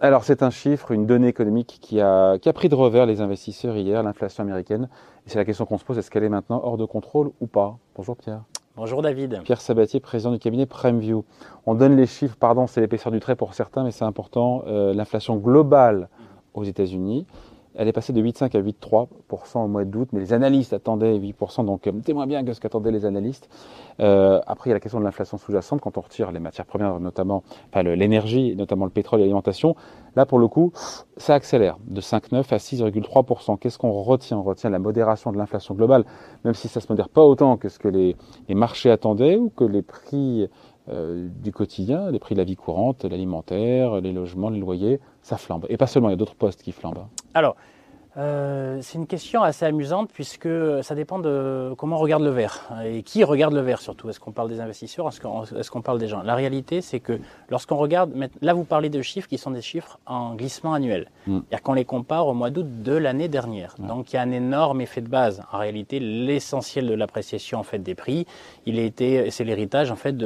Alors, c'est un chiffre, une donnée économique qui a pris de revers les investisseurs hier, l'inflation américaine. Et c'est la question qu'on se pose, est-ce qu'elle est maintenant hors de contrôle ou pas? Bonjour Pierre. Bonjour David. Pierre Sabatier, président du cabinet PrimeView. On donne les chiffres, pardon, c'est l'épaisseur du trait pour certains, mais c'est important. L'inflation globale aux États-Unis, elle est passée de 8,5 à 8,3% au mois d'août, mais les analystes attendaient 8%, donc c'est moins bien que ce qu'attendaient les analystes. Après, il y a la question de l'inflation sous-jacente, quand on retire les matières premières, notamment l'énergie, notamment le pétrole et l'alimentation. Là, pour le coup, ça accélère de 5,9 à 6,3%. Qu'est-ce qu'on retient? On retient la modération de l'inflation globale, même si ça ne se modère pas autant que ce que les marchés attendaient ou que les prix du quotidien, les prix de la vie courante, l'alimentaire, les logements, les loyers, ça flambe. Et pas seulement, il y a d'autres postes qui flambent. Alors, c'est une question assez amusante puisque ça dépend de comment on regarde le verre et qui regarde le verre surtout. Est-ce qu'on parle des investisseurs, est-ce qu'on parle des gens? La réalité, c'est que lorsqu'on regarde, là vous parlez de chiffres qui sont des chiffres en glissement annuel. C'est-à-dire qu'on les compare au mois d'août de l'année dernière. Donc il y a un énorme effet de base. En réalité, l'essentiel de l'appréciation en fait des prix, c'est l'héritage en fait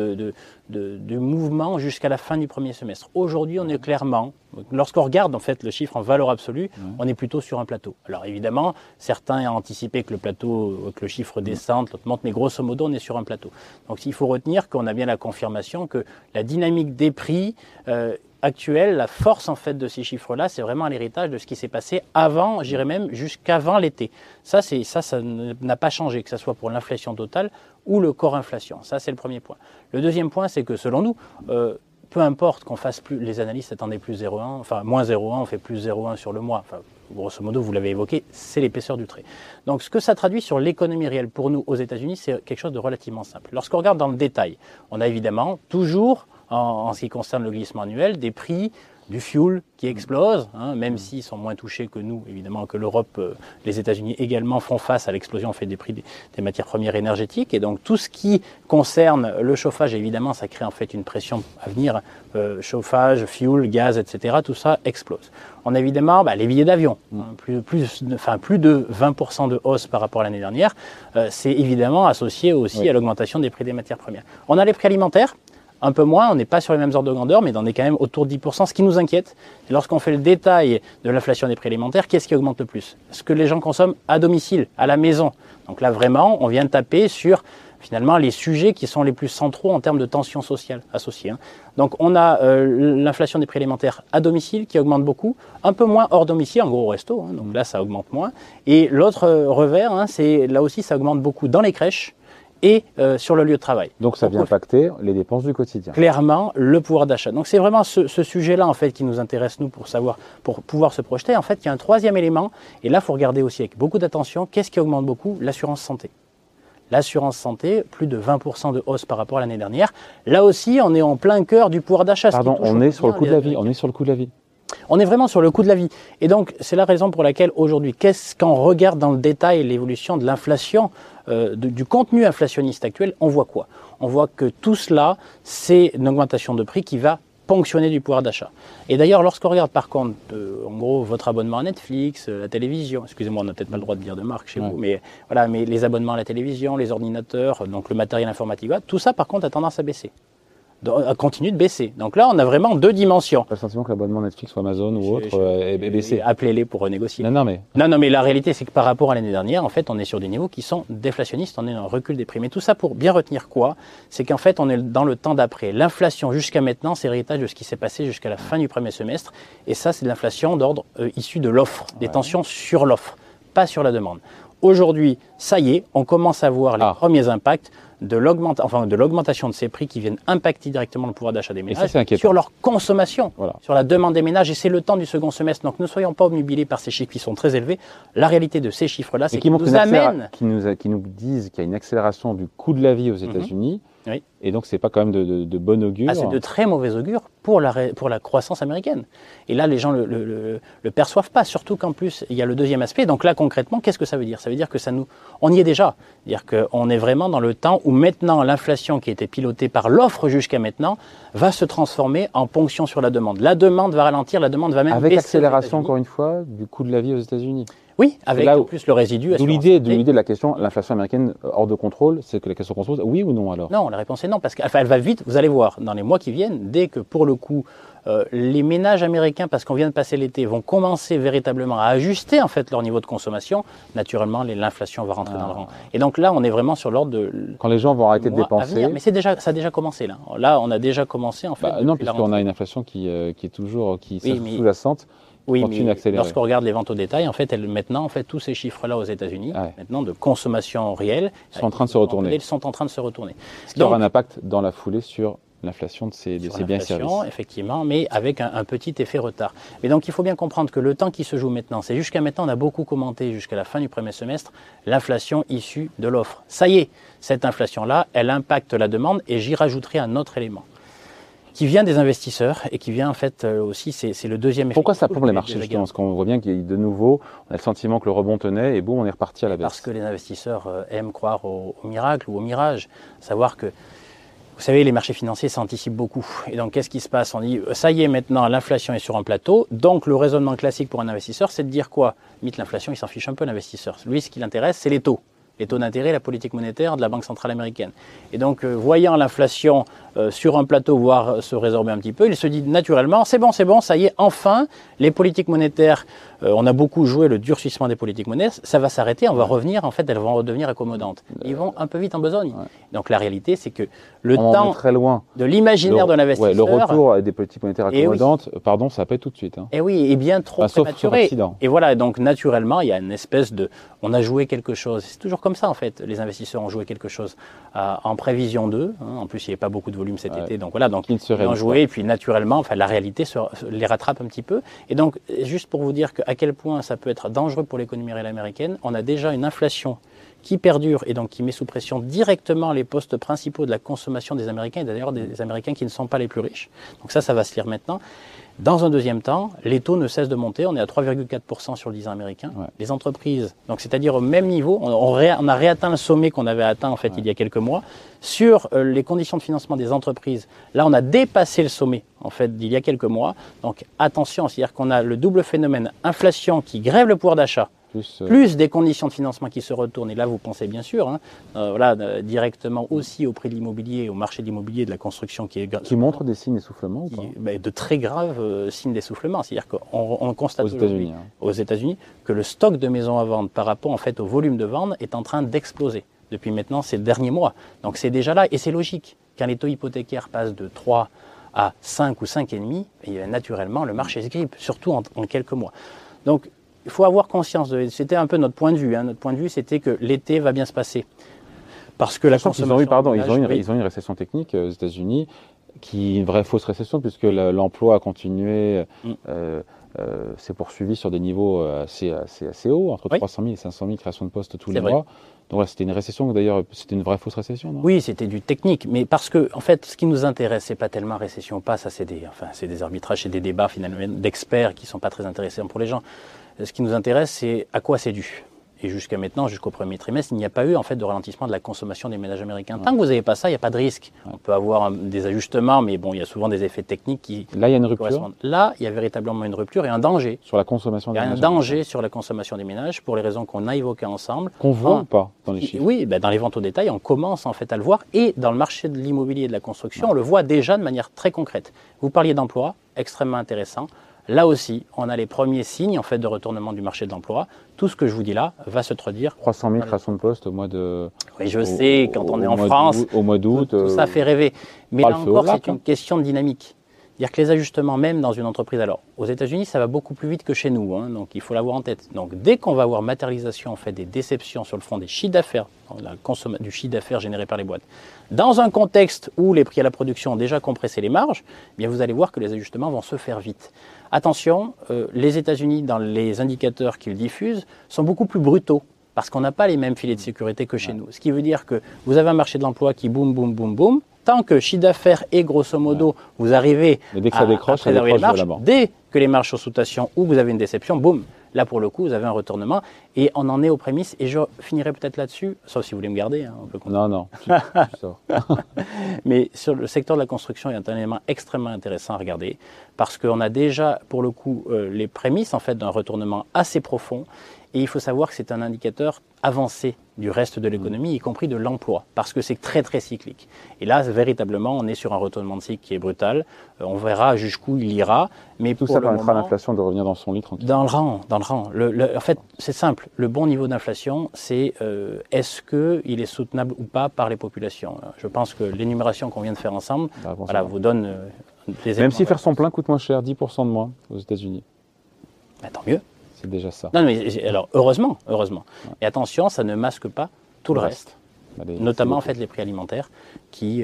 du mouvement jusqu'à la fin du premier semestre. Aujourd'hui, on est clairement, lorsqu'on regarde en fait le chiffre en valeur absolue, on est plutôt sur un plateau. Alors évidemment, certains ont anticipé que le chiffre descende, l'autre monte, mais grosso modo, on est sur un plateau. Donc il faut retenir qu'on a bien la confirmation que la dynamique des prix actuelle, la force en fait de ces chiffres-là, c'est vraiment l'héritage de ce qui s'est passé avant, je dirais même jusqu'avant l'été. Ça n'a pas changé, que ce soit pour l'inflation totale ou le corps inflation. Ça, c'est le premier point. Le deuxième point, c'est que selon nous, peu importe qu'on fasse plus, les analystes attendaient plus 0,1, enfin moins 0,1, on fait plus 0,1 sur le mois. Enfin, grosso modo, vous l'avez évoqué, c'est l'épaisseur du trait. Donc ce que ça traduit sur l'économie réelle pour nous aux États-Unis, c'est quelque chose de relativement simple. Lorsqu'on regarde dans le détail, on a évidemment toujours, en ce qui concerne le glissement annuel, des prix du fuel qui explose, même s'ils sont moins touchés que nous, évidemment, que l'Europe, les États-Unis également font face à l'explosion en fait, des prix des matières premières énergétiques. Et donc tout ce qui concerne le chauffage, évidemment, ça crée en fait une pression à venir, chauffage, fuel, gaz, etc. Tout ça explose. On a évidemment les billets d'avion, plus de 20% de hausse par rapport à l'année dernière. C'est évidemment associé aussi à l'augmentation des prix des matières premières. On a les prix alimentaires. Un peu moins, on n'est pas sur les mêmes ordres de grandeur, mais on est quand même autour de 10%. Ce qui nous inquiète, c'est lorsqu'on fait le détail de l'inflation des prix alimentaires, qu'est-ce qui augmente le plus? Ce que les gens consomment à domicile, à la maison. Donc là, vraiment, on vient taper sur finalement les sujets qui sont les plus centraux en termes de tension sociale associée. Donc on a l'inflation des prix alimentaires à domicile qui augmente beaucoup, un peu moins hors domicile, en gros au resto, donc là ça augmente moins. Et l'autre revers, c'est là aussi ça augmente beaucoup dans les crèches et sur le lieu de travail. Donc ça vient impacter les dépenses du quotidien. Clairement, le pouvoir d'achat. Donc c'est vraiment ce sujet-là en fait qui nous intéresse nous pour pouvoir se projeter. En fait, il y a un troisième élément, et là il faut regarder aussi avec beaucoup d'attention, qu'est-ce qui augmente beaucoup? L'assurance santé. L'assurance santé, plus de 20% de hausse par rapport à l'année dernière. Là aussi, on est en plein cœur du pouvoir d'achat. Pardon, on est sur le coût de la vie. On est sur le coût de la vie. On est vraiment sur le coût de la vie. Et donc, c'est la raison pour laquelle aujourd'hui, quand on regarde dans le détail l'évolution de l'inflation, du contenu inflationniste actuel, on voit quoi? On voit que tout cela, c'est une augmentation de prix qui va ponctionner du pouvoir d'achat. Et d'ailleurs, lorsqu'on regarde par contre, en gros, votre abonnement à Netflix, la télévision, excusez-moi, on n'a peut-être pas le droit de dire de marque chez vous, mais voilà, mais les abonnements à la télévision, les ordinateurs, donc le matériel informatique, tout ça par contre a tendance à baisser. Continue de baisser. Donc là, on a vraiment deux dimensions. Pas le sentiment que l'abonnement Netflix ou Amazon ou autre est baissé. Appelez-les pour renégocier. Non, mais la réalité, c'est que par rapport à l'année dernière, en fait, on est sur des niveaux qui sont déflationnistes. On est dans un recul des prix. Mais tout ça pour bien retenir quoi? C'est qu'en fait, on est dans le temps d'après. L'inflation jusqu'à maintenant, c'est l'héritage de ce qui s'est passé jusqu'à la fin du premier semestre. Et ça, c'est de l'inflation d'ordre issu de l'offre, des tensions sur l'offre, pas sur la demande. Aujourd'hui, ça y est, on commence à voir les premiers impacts de l'augmentation de ces prix qui viennent impacter directement le pouvoir d'achat des ménages sur leur consommation, sur la demande des ménages. Et c'est le temps du second semestre. Donc ne soyons pas obnubilés par ces chiffres qui sont très élevés. La réalité de ces chiffres-là, c'est qu'ils nous amènent... Qui nous disent qu'il y a une accélération du coût de la vie aux États-Unis. Oui. Et donc, c'est pas quand même de bon augure. C'est de très mauvais augure pour la croissance américaine. Et là, les gens le perçoivent pas, surtout qu'en plus, il y a le deuxième aspect. Donc là, concrètement, qu'est-ce que ça veut dire? Ça veut dire que on y est déjà. C'est-à-dire qu'on est vraiment dans le temps où maintenant, l'inflation qui était pilotée par l'offre jusqu'à maintenant va se transformer en ponction sur la demande. La demande va ralentir, la demande va même baisser. Avec accélération, encore une fois, du coût de la vie aux États-Unis. Oui, avec en plus le résidu. D'où l'idée de la question, l'inflation américaine hors de contrôle, c'est que la question qu'on se pose, oui ou non alors? Non, la réponse est non, parce qu'elle va vite, vous allez voir, dans les mois qui viennent, dès que pour le coup, les ménages américains, parce qu'on vient de passer l'été, vont commencer véritablement à ajuster en fait leur niveau de consommation, naturellement l'inflation va rentrer dans le rang. Et donc là, on est vraiment sur l'ordre de... Quand les gens vont arrêter de dépenser... Mais ça a déjà commencé là. Là, on a déjà commencé en fait. Non, puisqu'on a une inflation qui est toujours sous-jacente. Oui, mais lorsqu'on regarde les ventes au détail, en fait, maintenant, tous ces chiffres-là aux États-Unis, maintenant de consommation réelle, sont en train de se retourner. Ils sont en train de se retourner. Ce qui aura un impact dans la foulée sur l'inflation de ces biens et services. Effectivement, mais avec un petit effet retard. Mais donc, il faut bien comprendre que le temps qui se joue maintenant, c'est jusqu'à maintenant, on a beaucoup commenté jusqu'à la fin du premier semestre, l'inflation issue de l'offre. Ça y est, cette inflation-là, elle impacte la demande et j'y rajouterai un autre élément qui vient des investisseurs et qui vient en fait aussi, c'est le deuxième effet. Pourquoi ça plombe les marchés justement? Parce qu'on voit bien qu'il y a de nouveau, on a le sentiment que le rebond tenait et boum, on est reparti à la baisse. Parce que les investisseurs aiment croire au miracle ou au mirage. Savoir que, vous savez, les marchés financiers s'anticipent beaucoup. Et donc, qu'est-ce qui se passe? On dit, ça y est, maintenant, l'inflation est sur un plateau. Donc, le raisonnement classique pour un investisseur, c'est de dire quoi? Limite, l'inflation, il s'en fiche un peu, l'investisseur. Lui, ce qui l'intéresse, c'est les taux. Les taux d'intérêt, la politique monétaire de la Banque centrale américaine. Et donc, voyant l'inflation sur un plateau, voire se résorber un petit peu, il se dit naturellement, c'est bon, ça y est, enfin, les politiques monétaires, on a beaucoup joué le durcissement des politiques monétaires, ça va s'arrêter, on va revenir, en fait, elles vont redevenir accommodantes. Ils vont un peu vite en besogne. Ouais. Donc, la réalité, c'est que le temps très loin. de l'imaginaire de l'investisseur... le retour des politiques monétaires accommodantes, pardon, ça va pas être tout de suite. Et oui, et bien trop prématuré. Et voilà, donc naturellement, il y a une espèce de... On a joué quelque chose. C'est toujours comme ça, en fait. Les investisseurs ont joué quelque chose en prévision d'eux. En plus, il n'y avait pas beaucoup de volume cet été. Donc voilà, donc ils ont joué. Et puis naturellement, la réalité les rattrape un petit peu. Et donc, juste pour vous dire à quel point ça peut être dangereux pour l'économie réelle américaine, on a déjà une inflation qui perdure et donc qui met sous pression directement les postes principaux de la consommation des Américains, et d'ailleurs des Américains qui ne sont pas les plus riches. Donc ça va se lire maintenant. Dans un deuxième temps, les taux ne cessent de monter. On est à 3,4% sur le 10 ans américain. Ouais. Les entreprises, donc c'est-à-dire au même niveau, on a réatteint le sommet qu'on avait atteint en fait il y a quelques mois. Sur les conditions de financement des entreprises, là on a dépassé le sommet en fait d'il y a quelques mois. Donc attention, c'est-à-dire qu'on a le double phénomène inflation qui grève le pouvoir d'achat. Plus des conditions de financement qui se retournent. Et là, vous pensez bien sûr, directement aussi au prix de l'immobilier, au marché de l'immobilier, de la construction qui montre des signes d'essoufflement ou pas? De très graves signes d'essoufflement. C'est-à-dire qu'on constate aux États-Unis que le stock de maisons à vendre par rapport en fait au volume de vente est en train d'exploser depuis maintenant ces derniers mois. Donc c'est déjà là et c'est logique. Quand les taux hypothécaires passent de 3 à 5 ou 5,5, et naturellement le marché se grippe, surtout en quelques mois. Donc il faut avoir conscience, c'était un peu notre point de vue. Notre point de vue, c'était que l'été va bien se passer. Parce que la consommation... Ils ont eu une récession technique aux États-Unis, une vraie fausse récession, puisque l'emploi a continué, s'est poursuivi sur des niveaux assez hauts, entre 300 000 et 500 000 créations de postes tous les mois. Donc là, c'était une récession, d'ailleurs, c'était une vraie fausse récession, non? Oui, c'était du technique, mais parce que, en fait, ce qui nous intéresse, c'est pas tellement récession ou pas, ça c'est des arbitrages, c'est des débats finalement d'experts qui sont pas très intéressants pour les gens. Ce qui nous intéresse, c'est à quoi c'est dû. Et jusqu'à maintenant, jusqu'au premier trimestre, il n'y a pas eu en fait de ralentissement de la consommation des ménages américains. Tant que vous n'avez pas ça, il n'y a pas de risque. On peut avoir des ajustements, mais bon, il y a souvent des effets techniques qui... Là, il y a une rupture. Là, il y a véritablement une rupture et un danger. Sur la consommation des ménages. Il y a un danger sur la consommation des ménages pour les raisons qu'on a évoquées ensemble. Qu'on voit ou pas dans les chiffres? Oui, dans les ventes au détail, on commence en fait à le voir. Et dans le marché de l'immobilier et de la construction, on le voit déjà de manière très concrète. Vous parliez d'emploi, extrêmement intéressant. Là aussi, on a les premiers signes en fait de retournement du marché de l'emploi. Tout ce que je vous dis là va se traduire. 300 000 créations de postes au mois de... Oui, je sais, quand on est en France, au mois d'août, tout ça fait rêver. Mais là encore, c'est une question de dynamique. C'est-à-dire que les ajustements, même dans une entreprise, alors aux États-Unis, ça va beaucoup plus vite que chez nous, donc il faut l'avoir en tête. Donc dès qu'on va avoir matérialisation en fait des déceptions sur le front des chiffres d'affaires, du chiffre d'affaires généré par les boîtes, dans un contexte où les prix à la production ont déjà compressé les marges, eh bien vous allez voir que les ajustements vont se faire vite. Attention, les États-Unis, dans les indicateurs qu'ils diffusent, sont beaucoup plus brutaux. Parce qu'on n'a pas les mêmes filets de sécurité que chez nous. Ce qui veut dire que vous avez un marché de l'emploi qui boum, boum, boum, boum. Tant que chiffre d'affaires et grosso modo, vous arrivez à préserver les marges, dès que les marges sont sous tension ou vous avez une déception, boum, Là, pour le coup, vous avez un retournement et on en est aux prémices. Et je finirai peut-être là-dessus, sauf si vous voulez me garder. Hein, on peut continuer. Non, tu sors. Mais sur le secteur de la construction, il y a un élément extrêmement intéressant à regarder parce qu'on a déjà, pour le coup, les prémices en fait d'un retournement assez profond. Et il faut savoir que c'est un indicateur avancé du reste de l'économie, y compris de l'emploi, parce que c'est très très cyclique. Et là, véritablement, on est sur un retournement de cycle qui est brutal. On verra jusqu'où il ira. Mais Tout pour ça le permettra à moment, l'inflation de revenir dans son lit tranquille. dans le rang. En fait, c'est simple. Le bon niveau d'inflation, c'est est-ce qu'il est soutenable ou pas par les populations. Je pense que l'énumération qu'on vient de faire ensemble vous donne des éléments. Même si faire son plein coûte moins cher, 10% de moins aux États-Unis. Tant mieux. C'est déjà ça. Non, mais alors heureusement. Ouais. Et attention, ça ne masque pas tout le reste. Notamment en fait les prix alimentaires qui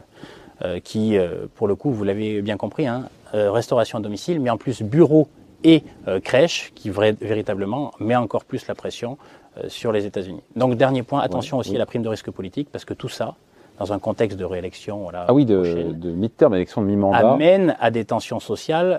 pour le coup, vous l'avez bien compris, hein, restauration à domicile, mais en plus bureau et crèche qui véritablement met encore plus la pression sur les États-Unis. Donc dernier point, attention aussi à la prime de risque politique, parce que tout ça, dans un contexte de réélection de mi-terme, élection de mi-mandat, amène à des tensions sociales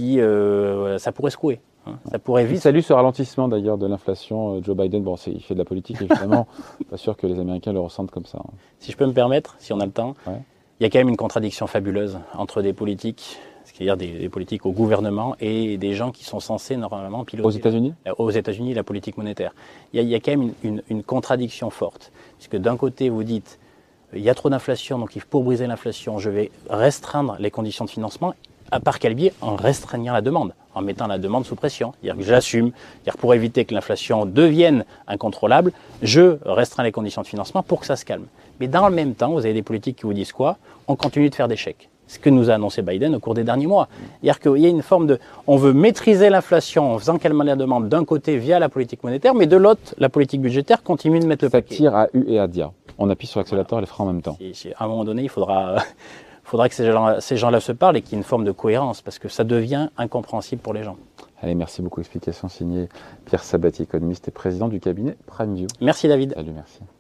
ça pourrait secouer. Ça pourrait vite. Il salue ce ralentissement d'ailleurs de l'inflation. Joe Biden, il fait de la politique évidemment, pas sûr que les Américains le ressentent comme ça. Si je peux me permettre, si on a le temps, il y a quand même une contradiction fabuleuse entre des politiques, c'est-à-dire des politiques au gouvernement et des gens qui sont censés normalement piloter. Aux États-Unis, la politique monétaire. Il y a quand même une contradiction forte, puisque d'un côté vous dites il y a trop d'inflation, donc pour briser l'inflation, je vais restreindre les conditions de financement. Par quel biais? En restreignant la demande, en mettant la demande sous pression. C'est-à-dire que j'assume, pour éviter que l'inflation devienne incontrôlable, je restreins les conditions de financement pour que ça se calme. Mais dans le même temps, vous avez des politiques qui vous disent quoi? On continue de faire des chèques. Ce que nous a annoncé Biden au cours des derniers mois. C'est-à-dire qu'il y a une forme de... On veut maîtriser l'inflation en faisant calmer la demande d'un côté via la politique monétaire, mais de l'autre, la politique budgétaire continue de mettre le paquet. Ça tire à U et à dia. On appuie sur l'accélérateur et les freins en même temps. À un moment donné, il faudra que ces gens-là se parlent et qu'il y ait une forme de cohérence, parce que ça devient incompréhensible pour les gens. Allez, merci beaucoup. Explication signée Pierre Sabatier, économiste et président du cabinet PrimeView. Merci David. Salut, merci.